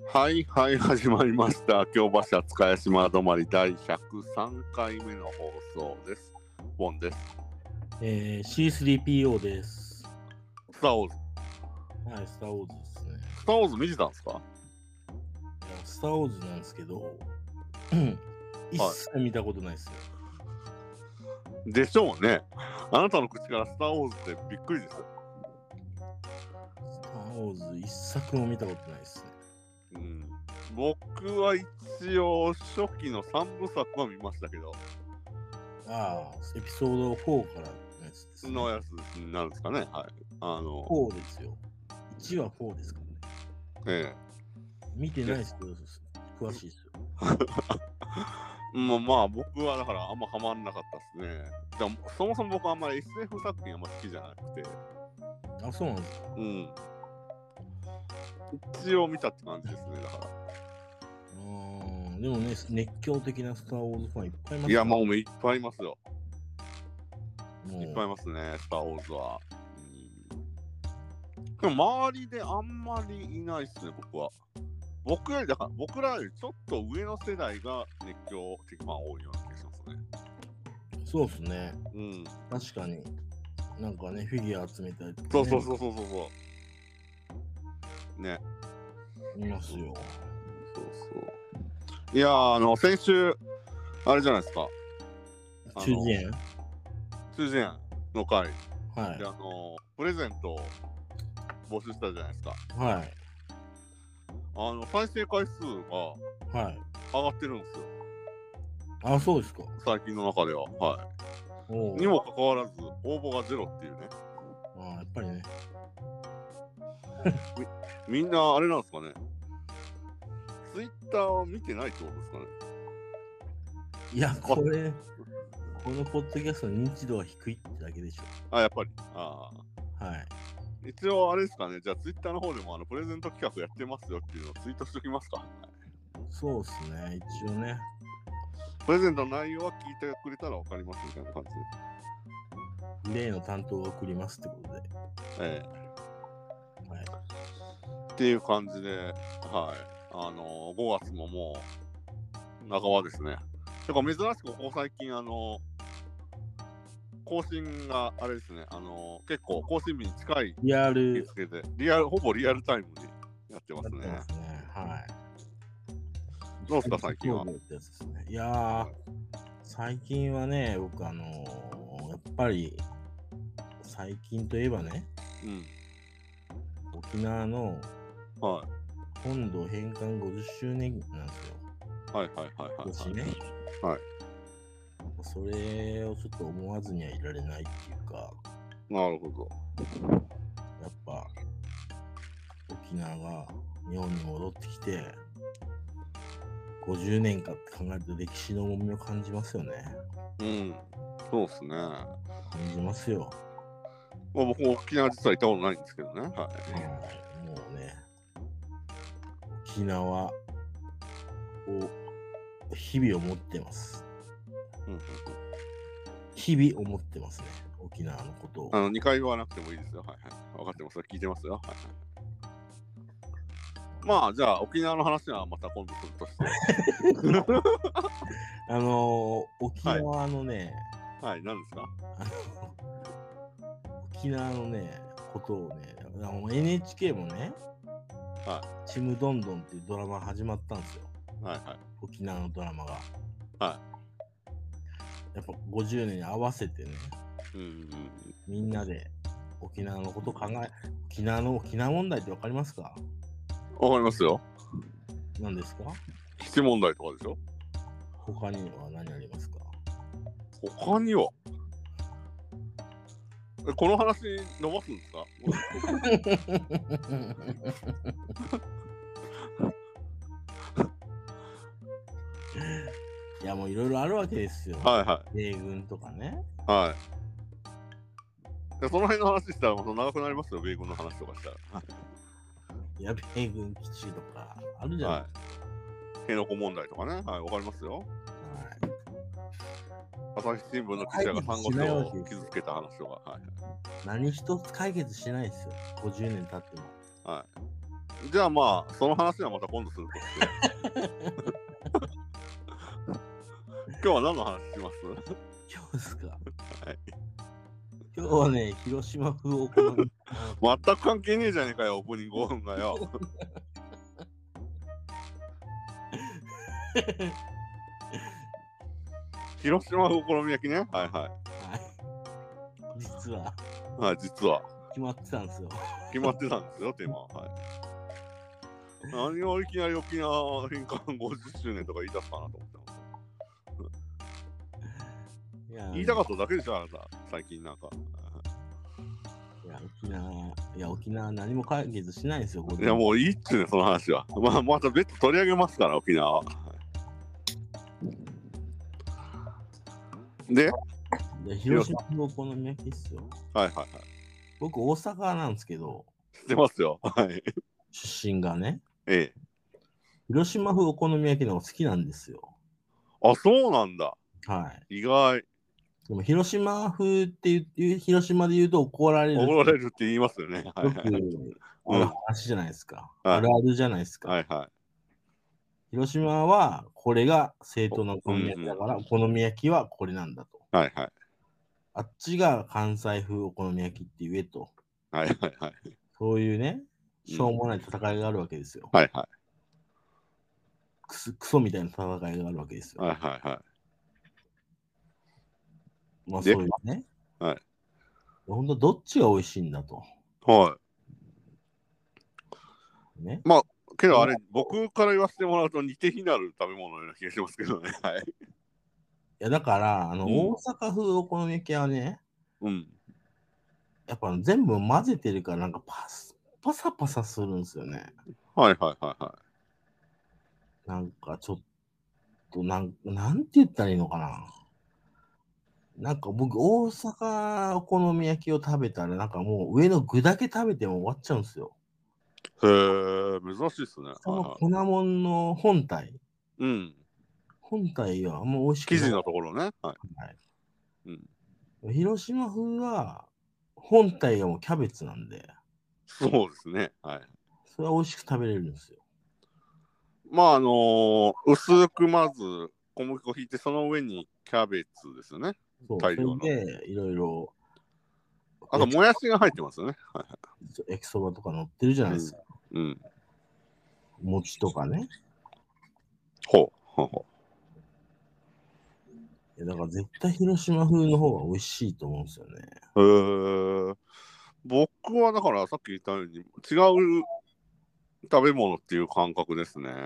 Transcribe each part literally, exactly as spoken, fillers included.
はいはい、始まりました。京橋塚屋島止まりだいひゃくさんかいめの放送です。ボンです。 えー、シースリーピーオー です。 スター・ウォーズ。 はい、スター・ウォーズですね。 スター・ウォーズ見てたんですか？ いや、スター・ウォーズなんですけど、一切見たことないですよ。 でしょうね。あなたの口からスター・ウォーズってびっくりですよ。 スター・ウォーズ一作も見たことないですね。 うん、僕は一応初期のさんぶさくは見ましたけど。 ああ、エピソードフォーからのやつですね。 のやつになるんですかね。はい。あの、 フォーですよ。いちはフォーですからね。 ええ。 見てないですけど、詳しいですよ。 まあまあ僕はだからあんまハマんなかったですね。でもそもそも僕はあんまり エスエフ 作品あんま好きじゃなくて。 あ、そうなんですか。 うん。一応見たって感じですね、だから。 うーん、でもね、熱狂的なスター・ウォーズファンいっぱいいますから。 いや、もういっぱいいますよ。 もういっぱいいますね、スター・ウォーズは。うん、でも周りであんまりいないっすね、僕は。僕よりだから、僕らよりちょっと上の世代が熱狂的ファン多いような気がしますね。 そうですね。 うん。 確かに。なんかね、フィギュア集めたりとか、ね。 そうそうそうそうそうそう。ね。 いますよ。 そうそう。いやー、あの、先週、あれじゃないですか。 中耳炎中耳炎の回。 はい。 で、あの、プレゼントを募集したじゃないですか。 はい。 あの、再生回数がはい。 上がってるんですよ。 あ、そうですか。 最近の中では。はい。にもかかわらず、応募がゼロっていうね。 ああ、やっぱりねみ。みんな、あれなんですかね。ツイッターを見てないってことですかね。 いや、これ、このポッドキャストの認知度は低いってだけでしょ。 あ、やっぱり。ああ。はい。 一応、あれですかね。じゃあ、ツイッターの方でも、あの、プレゼント企画やってますよっていうのをツイートしておきますか。 そうですね。一応ね。 プレゼントの内容は聞いてくれたら分かりますみたいな感じで。例の担当が送りますってことで。 ええはい。 っていう感じで、はい。あのー、ごがつももう、半ばですね。てか、珍しくここ最近、あのー、更新があれですね、あのー、結構更新日に近いリアル日付で、リアル、ほぼリアルタイムにやってますね。 やってますね。はい。 どうですか、最近は。 いやー、最近はね、僕、あのー、やっぱり、最近といえばね、 うん、 沖縄の本土返還ごじゅっしゅうねんなんですよ。 はいはいはいはい、はい。 今年ね。 はい。 それをちょっと思わずにはいられないっていうか。 なるほど。 やっぱ、沖縄が日本に戻ってきて、ごじゅうねんかって考えると歴史の重みを感じますよね。 うん、そうっすね。 感じますよ。 まあ、僕、沖縄実は行ったことないんですけどね。はい。 はい、もうね、沖縄を日々思ってます。 うんうんうん、 日々思ってますね、沖縄のことを。 あのにかい言わなくてもいいですよ。はいはい。分かってます。聞いてますよ。はいはい。まあ、じゃあ、沖縄の話はまた今度するとして。 あのー、沖縄のね、 はい、はい、何ですか？ 沖縄のね、ことをね、あの エヌエイチケー もね、はい、ちむどんどんっていうドラマ始まったんですよ。 はいはい。 沖縄のドラマが。 はい。 やっぱごじゅうねんに合わせてね、 うんうん、 みんなで沖縄のことを考え、沖縄の沖縄問題ってわかりますか？ わかりますよ。 何ですか？ 基地問題とかでしょ？ 他には何ありますか？ 他にはえこの話伸ばすんですか？ いや、もういろいろあるわけですよ。 はいはい。 米軍とかね。 はい。でその辺の話したらもう長くなりますよ、米軍の話とかしたら。 いや、米軍基地とかあるじゃないですか。はい、 辺野古問題とかね。はい、わかりますよ。はい。朝日新聞の記者が珊瑚礁を傷つけた話とか。はい、 何一つ解決しないですよ。ごじゅうねん経っても。 はじゃあまあ、その話はまた今度するとして。今日は何の話します？ 今日ですか。 はい。 今日はね、広島風お好み。 全く関係ねえじゃねえかよ、オープニングごふんがよ。広島風お好み焼きね。はいはい。はい。 実は。 はい、実は。 決まってたんですよ。 決まってたんですよ、テーマは。はい。何をいきなり沖縄返還ごじゅっしゅうねんとか言い出すかなと思ってます。いや言いたかっただけでしょ、あなた、最近なんか。 いや、沖縄、いや、沖縄何も解決しないんですよ、 いや、もういいっつうね、その話は。まあ、また別途取り上げますから、沖縄は。で、 で広島のお好み焼きっすよ。 はいはいはい。 僕、大阪なんですけど、 知ってますよ。はい。 出身がね、 ええ。 広島風お好み焼きの方が好きなんですよ。 あ、そうなんだ。 はい。 意外。 でも広島風って言う、広島で言うと怒られる。 怒られるって言いますよね。はいはい、 よくある話じゃないですか。うん、あるあるじゃないですか。 はいはい。 広島はこれが正当なお好み焼きだから、うんうん、お好み焼きはこれなんだと。 はいはい。 あっちが関西風お好み焼きって言えと。 はいはいはい。 そういうね、しょうもない戦いがあるわけですよ。 うん、はいはい。 クソ、クソみたいな戦いがあるわけですよ。 はいはいはい。 まあそういうね。 はい。 ほんとどっちが美味しいんだと。 はい。 ね。 まあ、けどあれ、僕から言わせてもらうと似て非なる食べ物のような気がしますけどね。はい。いやだから、あの、うん、大阪風お好み焼きはね、 うん。 やっぱ全部混ぜてるからなんかパスパサパサするんですよね。 はいはいはいはい。 なんかちょっとなん、なんて言ったらいいのかな。なんか僕、大阪お好み焼きを食べたら、なんかもう上の具だけ食べても終わっちゃうんですよ。 へえ、珍しいっすね。 その粉もんの本体。 うん。 本体はあんま美味しくない。 生地のところね。はい。はい、 うん、広島風は本体がもうキャベツなんで。 そうですね。はい。 それは美味しく食べれるんですよ。 まああのー、薄くまず小麦粉をひいて、その上にキャベツですよね。大量の。 で、いろいろ。 あと、もやしが入ってますよね。はいはい。 焼きそばとか乗ってるじゃないですか。 うん。うん、 餅とかね。 ほう。ほうほう。だから絶対広島風の方が美味しいと思うんですよね。 へー。僕はだからさっき言ったように違う食べ物っていう感覚ですね。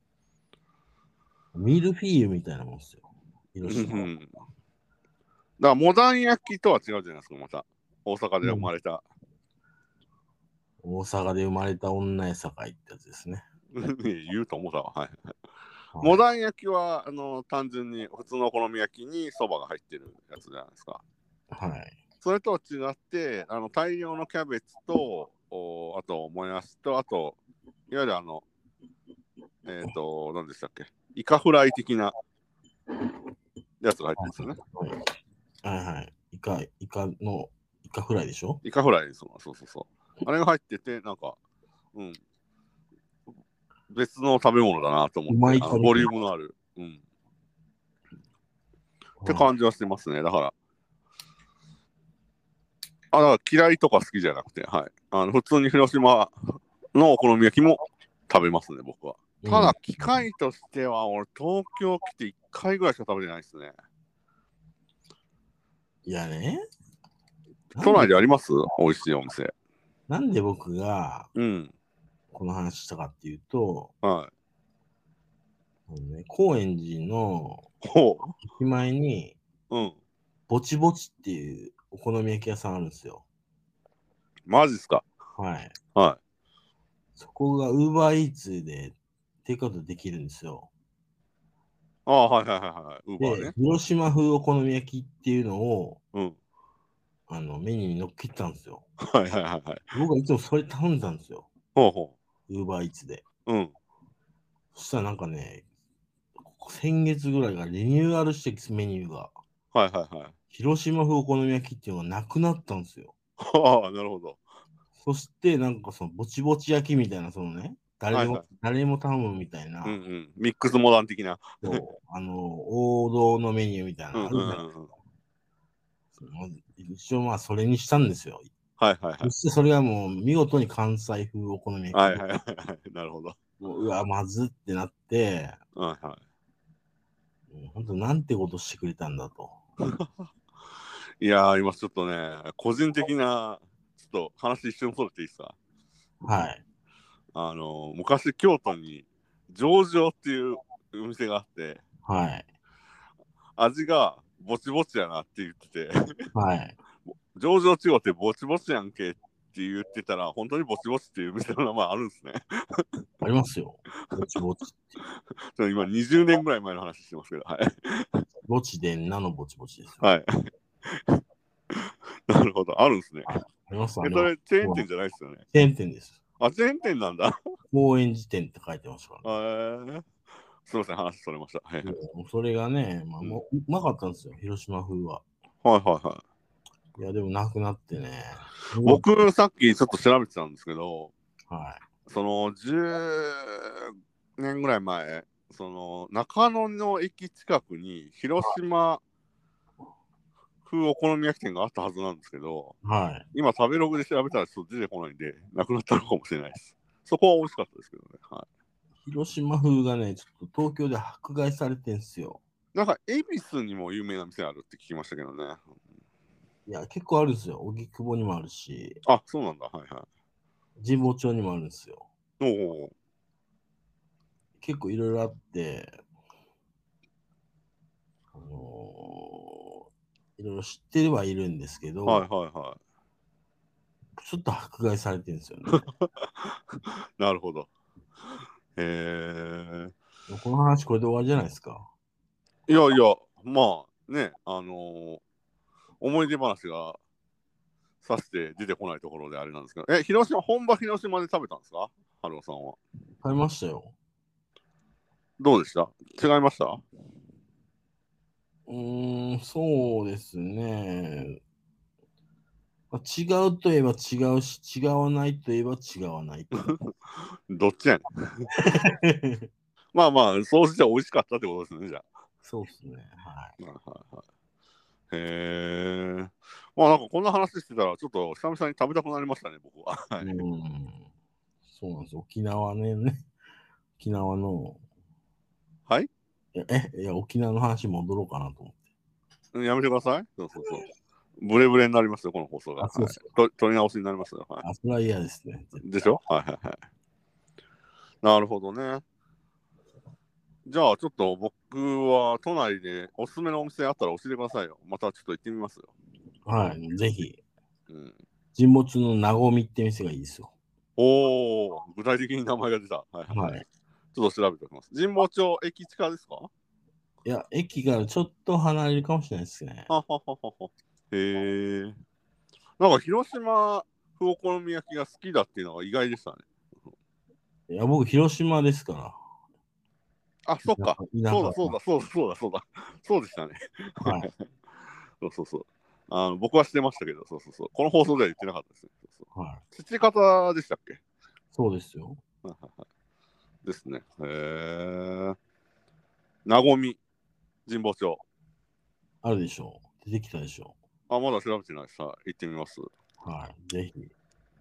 ミルフィーユみたいなもんですよ。広島は。 うん。だからモダン焼きとは違うじゃないですか、また。大阪で生まれた。 うん、大阪で生まれた女やさかいってやつですね。 言うと思ったわ。はい。はい、モダン焼きはあの単純に普通のお好み焼きにそばが入ってるやつじゃないですか。 はい。 それとは違ってあの大量のキャベツとおあともやしとあといわゆるあのえっ、ー、と何でしたっけイカフライ的なやつが入ってるんですよね。 はいはい。イカイカのイカフライでしょ？ イカフライですわ。そうそうそう。あれが入っててなんかうん別の食べ物だなと思って、あのボリュームのある、うん、って感じはしてますね。だからあ、だから嫌いとか好きじゃなくて、はい。あの普通に広島のお好み焼きも食べますね、僕は。ただ、機会としては、俺、東京来ていっかいぐらいしか食べてないですね。 いやね。 都内であります？美味しいお店。 なんで僕が、 うん、 この話したかっていうと、 はい。 あのね、高円寺の駅前に、 うん、 ぼちぼちっていうお好み焼き屋さんあるんですよ。 マジっすか？ はい。 はい。 そこが Uber Eats でテイクアウトできるんですよ。 ああ、はいはいはいはい。Uber ね。 広島風お好み焼きっていうのを、 うん、 あのメニューに乗っけたんですよ。 はいはいはいはい。 僕はいつもそれ頼んでたんですよ。 ほうほう。Uber Eats で。 うん。 そしたらなんかね、先月ぐらいからリニューアルしてメニューが。 はいはいはい。 広島風お好み焼きっていうのがなくなったんですよ。 ああ、なるほど。 そしてなんかそのぼちぼち焼きみたいな、そのね、誰でも、 はいはい。 誰でも頼むみたいな、 うんうん。ミックスモダン的な。 そうあの、王道のメニューみたいなうんうんのあるじゃない。 うんうん。 その一応まあそれにしたんですよ。 はいはいはい。 そしてそれがもう見事に関西風お好み焼きで、 はいはいはいはい。なるほど。 もううわ、まずってなって、 はいはい。 もう本当なんてことしてくれたんだと。 いやー、今ちょっとね、個人的な、ちょっと話一瞬それていいですか？ はい。 あの、昔京都に上々っていうお店があって、 はい。 味がぼちぼちやなって言ってて、 はい。 上々違ってぼちぼちやんけって言ってたら、本当にぼちぼちっていう店の名前あるんですね。 ありますよ。ぼちぼち。 ちょ今にじゅうねんぐらい前の話してますけど、はい。 ぼちでんなのぼちぼちですよ。 はい。なるほど、あるんですね。 あります、あえ、 ります。 それチェーン店じゃないですよね。 チェーン店です。 あ、チェーン店なんだ。 高円寺店って書いてますからえね。 ー、すみません、話それました。はいはい。 もうそれがね、まあ、 うんもううまかったんですよ、広島風は。 はいはいはい。 いや、でもなくなってね。 僕、さっきちょっと調べてたんですけど、 はそのじゅうねんぐらい前、その中野の駅近くに広島風お好み焼き店があったはずなんですけど、 い。はい。 今食べログで調べたらちょっと出てこないんで、なくなったのかもしれないです。そこは美味しかったですけどね。は広島風がね、ちょっと東京で迫害されてんすよ。 い。なんか、恵比寿にも有名な店あるって聞きましたけどね。 いや、結構あるんですよ。荻窪にもあるし、 あ、そうなんだ。はいはい。 神保町にもあるんですよ。 おお。 結構いろいろあって、あのーいろいろ知ってはいるんですけど、 はいはいはい。 ちょっと迫害されてるんですよね。 なるほど。へえ。 この話これで終わりじゃないですか。 いやいや、まあね、あのー思い出話がさして出てこないところであれなんですけど、え、広島、本場広島で食べたんですか？春尾さんは。 食べましたよ。 どうでした？違いました？ うーん、そうですね。まあ違うといえば違うし、違わないといえば違わないっていう。 どっちやねん。まあまあ、そうして美味しかったってことですね、じゃそうですね。はあ。はいはいはい。へえ。まあなんかこんな話してたら、ちょっと久々に食べたくなりましたね、僕は。はい。 い。 うん。そうなんです。沖縄ね、ね。沖縄の、 はい。 え、えいや、沖縄の話戻ろうかなと思って。 やめてください。そうそうそう。ブレブレになりますよ、この放送が。 あ、そうはい。 ですか。 と取り直しになりますよ。はあ、それは嫌ですね。 い。でしょ？はいはいはい。なるほどね。じゃあちょっと僕は都内でおすすめのお店あったら教えてくださいよ。またちょっと行ってみますよ。 はい。ぜひ、 うん。 神保町のなごみって店がいいですよ。 おお、具体的に名前が出た。はいはいはい。 はい。 ちょっと調べておきます。神保町駅近ですか？はいや、駅からちょっと離れるかもしれないですね。 はははは。へえ。なんか広島風お好み焼きが好きだっていうのが意外でしたね。 いや、僕、広島ですかあ、そっか。 ら。田舎、田舎そうだそうだそうだそうだそうだ。そうでしたね。 はい。 そうそうそう。あの僕はしてましたけど、そうそうそう。この放送では言ってなかったですね。そうそう。 はい。 父方でしたっけ？ そうですよ。 ですね。へえ。なごみ、神保町。 あるでしょう。出てきたでしょあ、まだ調べてないさ。行ってみます。 う。はい。ぜひ。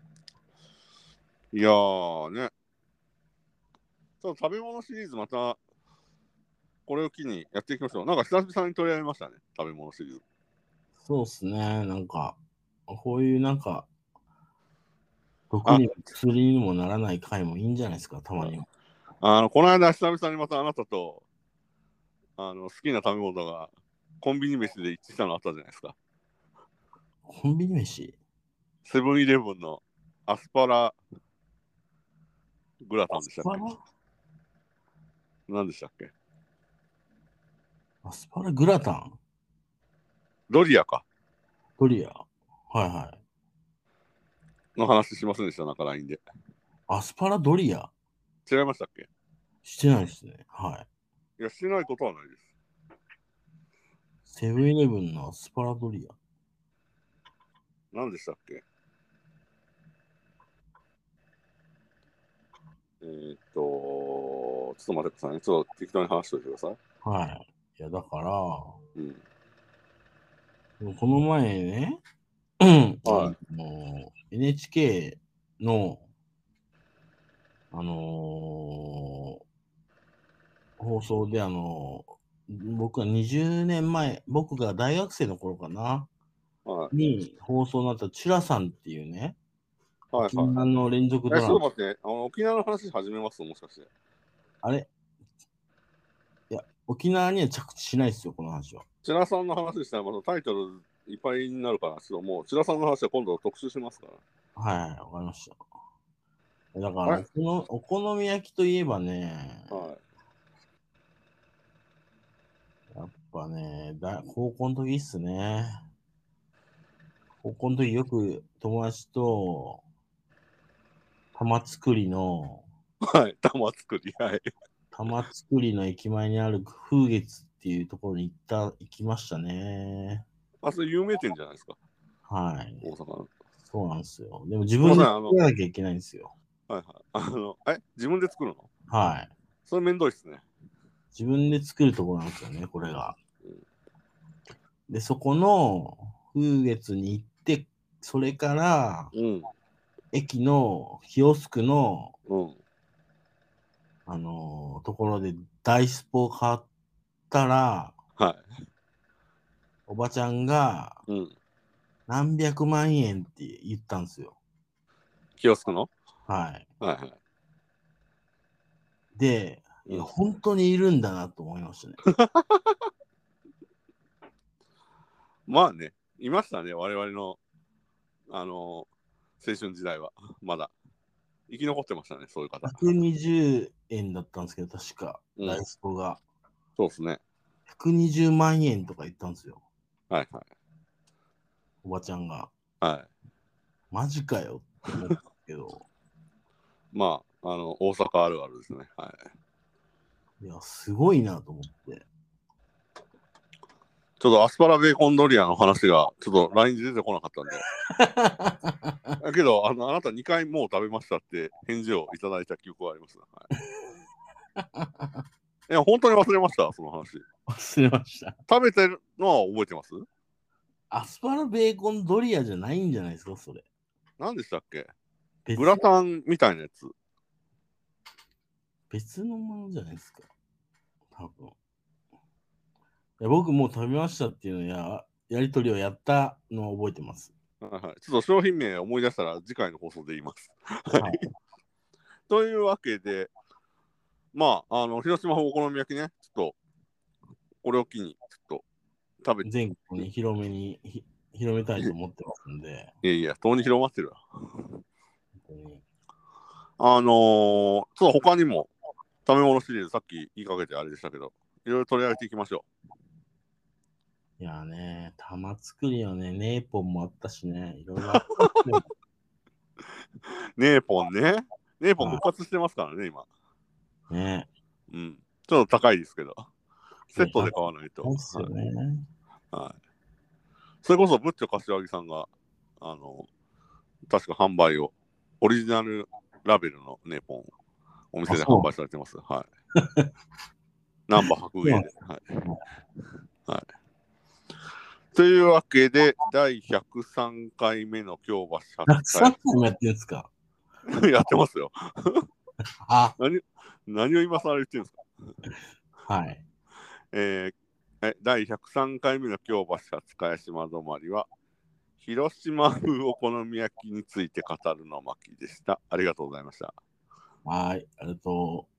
いやーね。ちょっと食べ物シリーズまた、これを機にやっていきましょう。なんか久々に取り上げましたね。食べ物シリーズ。 そうっすね。なんか、こういうなんか、毒あ、 にも薬にもならない回もいいんじゃないですか、たまには。 あの、この間久々にまたあなたと、あの、好きな食べ物がコンビニ飯で一致したのあったじゃないですか。 コンビニ飯セブンイレブンのアスパラグラタンでしたっけ？ アスパラ何でしたっけ？ アスパラグラタンドリアか。 ドリアはいはい。 の話しませんでした、なんか ライン で。 アスパラドリア違いましたっけ？ してないですね。はい。 いや、してないことはないです。 セブンイレブンのアスパラドリア。 何でしたっけ？ と、ちょっと待ってくださいね。ちょっと適当に話しておいてください。 はい。いや、だから、 うん。 この前ね、 はい。 もう エヌエイチケー の、あのー放送で、あのー僕はにじゅうねんまえ、僕が大学生の頃かな、 はい。 に放送になったチュラさんっていうね、 はい。 沖縄の連続はい。え、ちドラマ。 ょっと待って。あの、沖縄の話始めますもしかして。 あれいや、沖縄には着地しないですよ、この話は。 千田さんの話したらまたタイトルいっぱいになるから、ちょっともう千田さんの話は今度特集しますから。 はい、わかりました。だからはいおこの、お好み焼きといえばね、 はい。 やっぱね、だ高校の時っすね。高校の時よく友達と玉造りの、 はい。玉作り。はい。 玉造りの駅前にある風月っていうところに行った、行きましたね。 あ、それ有名店じゃないですか。 はい。 大阪の。 そうなんですよ。でも自分ですいません、あの、 作らなきゃいけないんですよ。 はいはい。あの、え、自分で作るの？ はい。 それめんどいっすね。 自分で作るところなんですよね、これが。で、そこの風月に行って、それからうん。 駅のキオスクの、 うん。 あのーところでダイスポを買ったら、 はおばちゃんがい。うん。 何百万円って言ったんですよ。 気をつくの？ はい。 はいはい。 で、いや、 うん。 本当にいるんだなと思いましたね。 まあね、いましたね、我々の、あのー青春時代は。まだ。生き残ってましたね、そういう方。 ひゃくにじゅうえんだったんですけど、確か、 うんダイスポが。 そうですね。 ひゃくにじゅうまん円とか言ったんですよ。 はいはい。 おばちゃんが。 はい。 マジかよって思ったけど。 まあ、あの、大阪あるあるですね。はい。 いや、すごいなと思って。 ちょっとアスパラベーコンドリアの話がちょっと ライン で出てこなかったんで。だけどあの、あなたにかいもう食べましたって返事をいただいた記憶があります。はい、いや、本当に忘れました、その話。 忘れました。 食べてるのは覚えてます？ アスパラベーコンドリアじゃないんじゃないですか、それ。 何でしたっけ？ 別グラタンみたいなやつ。 別のものじゃないですか。多分。いや僕もう食べましたっていうのや、やりとりをやったのを覚えてます。 はいはい、ちょっと商品名思い出したら次回の放送で言います。 はい。 というわけで、まあ、あの、広島お好み焼きね、ちょっと、これを機に、ちょっと食べて。 全国に広めに、ひ広めたいと思ってますんで。 いやいや、遠に広まってるわ。 本当にあのー、ちょっと他にも、食べ物シリーズ、さっき言いかけてあれでしたけど、いろいろ取り上げていきましょいやね、玉作りはね、ネーポンもあったしね、いろいろあった。 う。ネーポンね。ネーポン復活してますからね、今。 ね。 うん。ちょっと高いですけど、セットで買わないと。 そうですよね。 はい。はい。それこそ、ブッチョ柏木さんが、あの、確か販売を、オリジナルラベルのネーポンをお店で販売されてます。はい。ナンバー白芸で。はい。はい。というわけで、だいひゃくさんかいめの京橋初さんかいもやってるんですか？ やってますよ。 あ、 何、何を今更言ってるんですか？ はい。 えー、だいひゃくさんかいめの京橋初茅島止まりは、広島風お好み焼きについて語るの巻でした。ありがとうございました。 はい、ありがとう。